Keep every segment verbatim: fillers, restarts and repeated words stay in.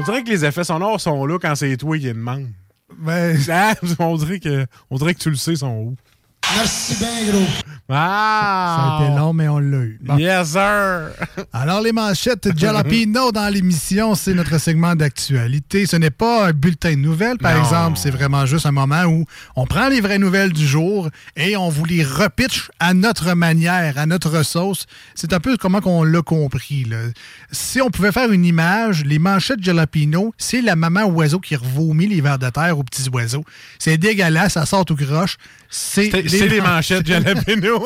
dirait que les effets sonores sont là quand c'est toi qui les demande. Ben... Ah, on, dirait que, on dirait que tu le sais, sont où. Merci bien, gros. Ah! Ça a été long, mais on l'a eu. Bon. Yes, sir! Alors, les manchettes Jalapino dans l'émission, c'est notre segment d'actualité. Ce n'est pas un bulletin de nouvelles, par non. exemple. C'est vraiment juste un moment où on prend les vraies nouvelles du jour et on vous les repitche à notre manière, à notre sauce. C'est un peu comment on l'a compris, là. Si on pouvait faire une image, les manchettes Jalapino, c'est la maman oiseau qui revomit les vers de terre aux petits oiseaux. C'est dégueulasse, ça sort tout croche. C'est les, c'est les manchettes Jalapino.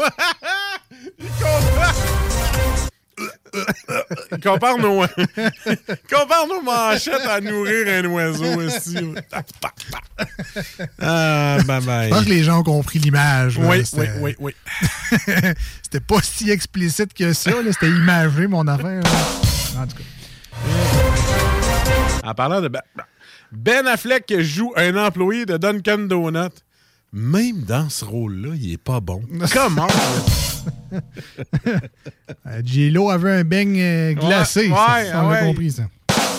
Il compare nos... compare nos manchettes à nourrir un oiseau aussi. Ah, bye bye. Je pense que les gens ont compris l'image. Là. Oui, C'était... oui, oui, oui. C'était pas si explicite que ça. Là. C'était imagé, mon affaire. Là. En tout cas. En parlant de... Ben Affleck joue un employé de Dunkin' Donuts. Même dans ce rôle-là, il est pas bon. Comment? J-Lo avait un beigne euh, glacé. Ouais, ça, ouais, ça, on ouais. a compris ça.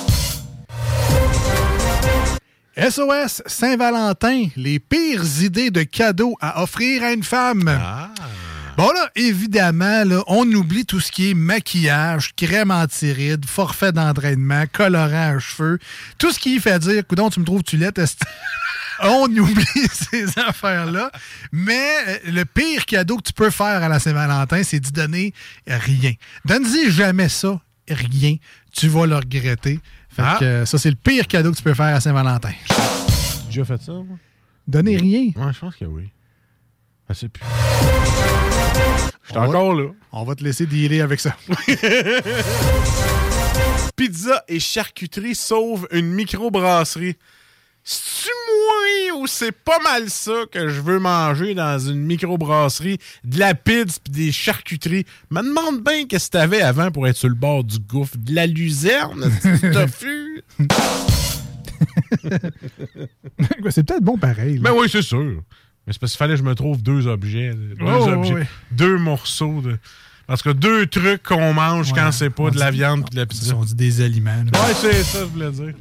S O S Saint-Valentin, les pires idées de cadeaux à offrir à une femme. Ah. Bon là, évidemment, là, on oublie tout ce qui est maquillage, crème anti-rides, forfait d'entraînement, colorant à cheveux, tout ce qui fait dire, coudonc, tu me trouves-tu laide, on oublie ces affaires-là. Mais le pire cadeau que tu peux faire à la Saint-Valentin, c'est d'y donner rien. Donne-y jamais ça, rien. Tu vas le regretter. Fait ah. que euh, ça, c'est le pire cadeau que tu peux faire à Saint-Valentin. J'ai déjà fait ça, moi? Donner rien? Ouais, je pense que oui. Je sais plus. Je suis encore là. On va te laisser dealer avec ça. Pizza et charcuterie sauvent une microbrasserie. C'est-tu moi ou c'est pas mal ça que je veux manger dans une microbrasserie? De la pizza pis des charcuteries. Me demande bien qu'est-ce que t'avais avant pour être sur le bord du gouffre. De la luzerne? Du tofu? C'est peut-être bon pareil. Là. Ben oui, c'est sûr. Mais c'est parce qu'il fallait que je me trouve deux objets. Deux, oh, objets, oui. deux morceaux de... Parce que deux trucs qu'on mange ouais, quand c'est pas de la dit, viande et de la pizza. On dit des aliments. Là. Ouais, c'est ça, je voulais dire.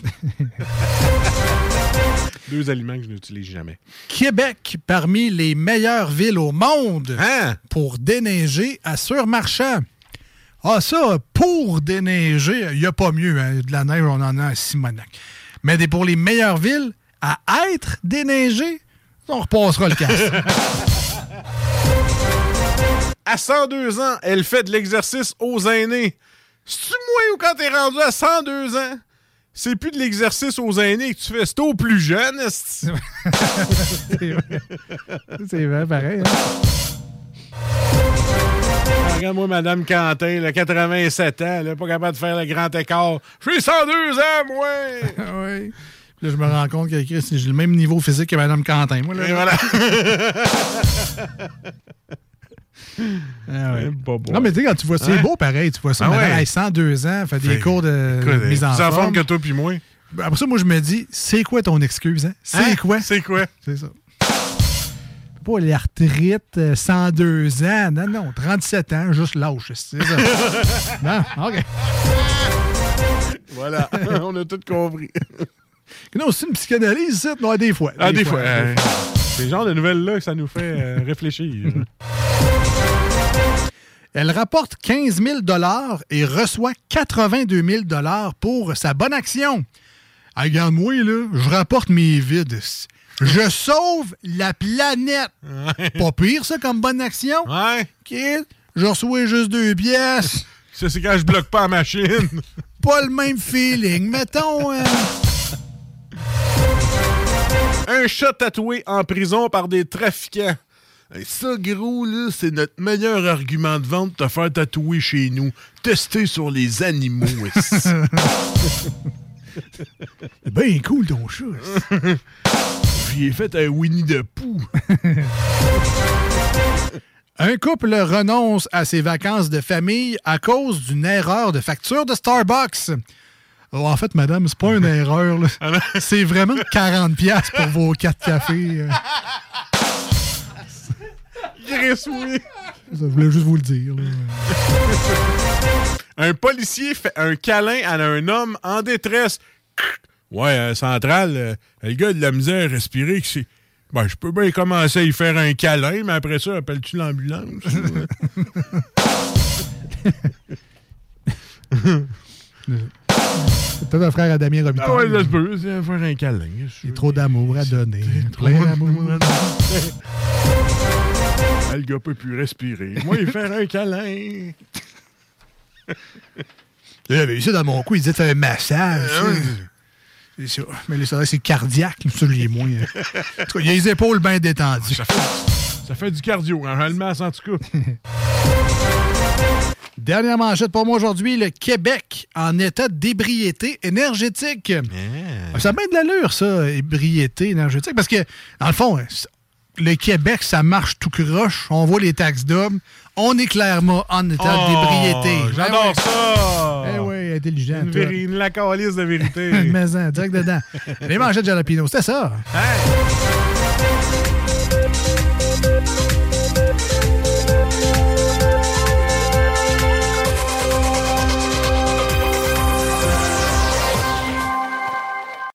Deux aliments que je n'utilise jamais. Québec, parmi les meilleures villes au monde hein? pour déneiger à Surmarchand. Ah, ça, pour déneiger, il n'y a pas mieux. Hein. De la neige, on en a à Simonac. Mais des, pour les meilleures villes, à être déneigé, on repassera le casque. À cent deux ans, elle fait de l'exercice aux aînés. C'est-tu moi ou quand t'es rendu à cent deux ans? C'est plus de l'exercice aux aînés que tu fais, c'est aux plus jeunes. C'est vrai. C'est vrai, pareil. Hein? Regarde-moi, Mme Quentin, là, quatre-vingt-sept ans, là, pas capable de faire le grand écart. J'ai cent deux ans, moi! Oui. Là, je me rends compte que Chris, j'ai le même niveau physique que Mme Quentin. Moi, là. Et voilà. Ah ouais. Bon, bon. Non, mais tu sais, quand tu vois ça, c'est hein? beau pareil. Tu vois ça, ah ouais. Elle a cent deux ans, fait des fait, cours de écoute, mise en forme. forme que toi puis moi. Après ça, moi, je me dis, c'est quoi ton excuse? Hein? C'est hein? quoi? C'est quoi? C'est ça. Pas l'arthrite, cent deux ans. Non, non, trente-sept ans, juste lâche. C'est ça. Non, OK. Voilà, on a tout compris. Non, c'est une psychanalyse, ça? Non, des fois. Ah, des, des fois. fois. Euh, c'est le genre de nouvelles-là que ça nous fait euh, réfléchir. Elle rapporte quinze mille dollars et reçoit quatre-vingt-deux mille dollars pour sa bonne action. Ah, regarde-moi, là, je rapporte mes vides. Je sauve la planète. Ouais. Pas pire, ça, comme bonne action. Ouais. OK. Je reçois juste deux pièces. Ça, c'est quand je bloque pas la machine. Pas le même feeling. Mettons... Euh... Un chat tatoué en prison par des trafiquants. Et ça, gros, là, c'est notre meilleur argument de vente de te faire tatouer chez nous. Tester sur les animaux. C'est bien cool, ton chat. J'y ai fait un Winnie the Pooh. Un couple renonce à ses vacances de famille à cause d'une erreur de facture de Starbucks. Oh, en fait, madame, c'est pas une erreur. Là. C'est vraiment quarante dollars pour vos quatre cafés. Chris, oui. Je voulais juste vous le dire. Là. Un policier fait un câlin à un homme en détresse. Ouais, à Centrale, euh, le gars a de la misère à respirer, que c'est... Ben, je peux bien commencer à y faire un câlin, mais après ça, appelles-tu l'ambulance? C'est peut-être un frère à Damien Robitaille. Ah ouais, là, je peux faire un câlin. Il y a trop d'amour à donner. Trop Plein d'amour d'amour. à donner. Ah, le gars peut plus respirer. Moi, il fait un câlin. Il y avait eu ça dans mon cou, il disait de faire un massage. Ah ouais. C'est ça. Mais là, c'est vrai, c'est cardiaque. Ça, je l'ai moins. En tout cas, il a les épaules bien détendues. Ça fait, ça fait du cardio, quand je le masse, en tout cas. Dernière manchette pour moi aujourd'hui, le Québec en état d'ébriété énergétique. Yeah. Ça a bien de l'allure, ça, ébriété énergétique, parce que, dans le fond, le Québec, ça marche tout croche. On voit les taxes d'hommes. On est clairement en état Oh, d'ébriété. J'adore Ben ça! ouais. Eh oui, intelligent. Une, véri- une lacalisse de vérité. Mais en, direct dedans. Les manchettes de Jalapino, c'était ça. Hey.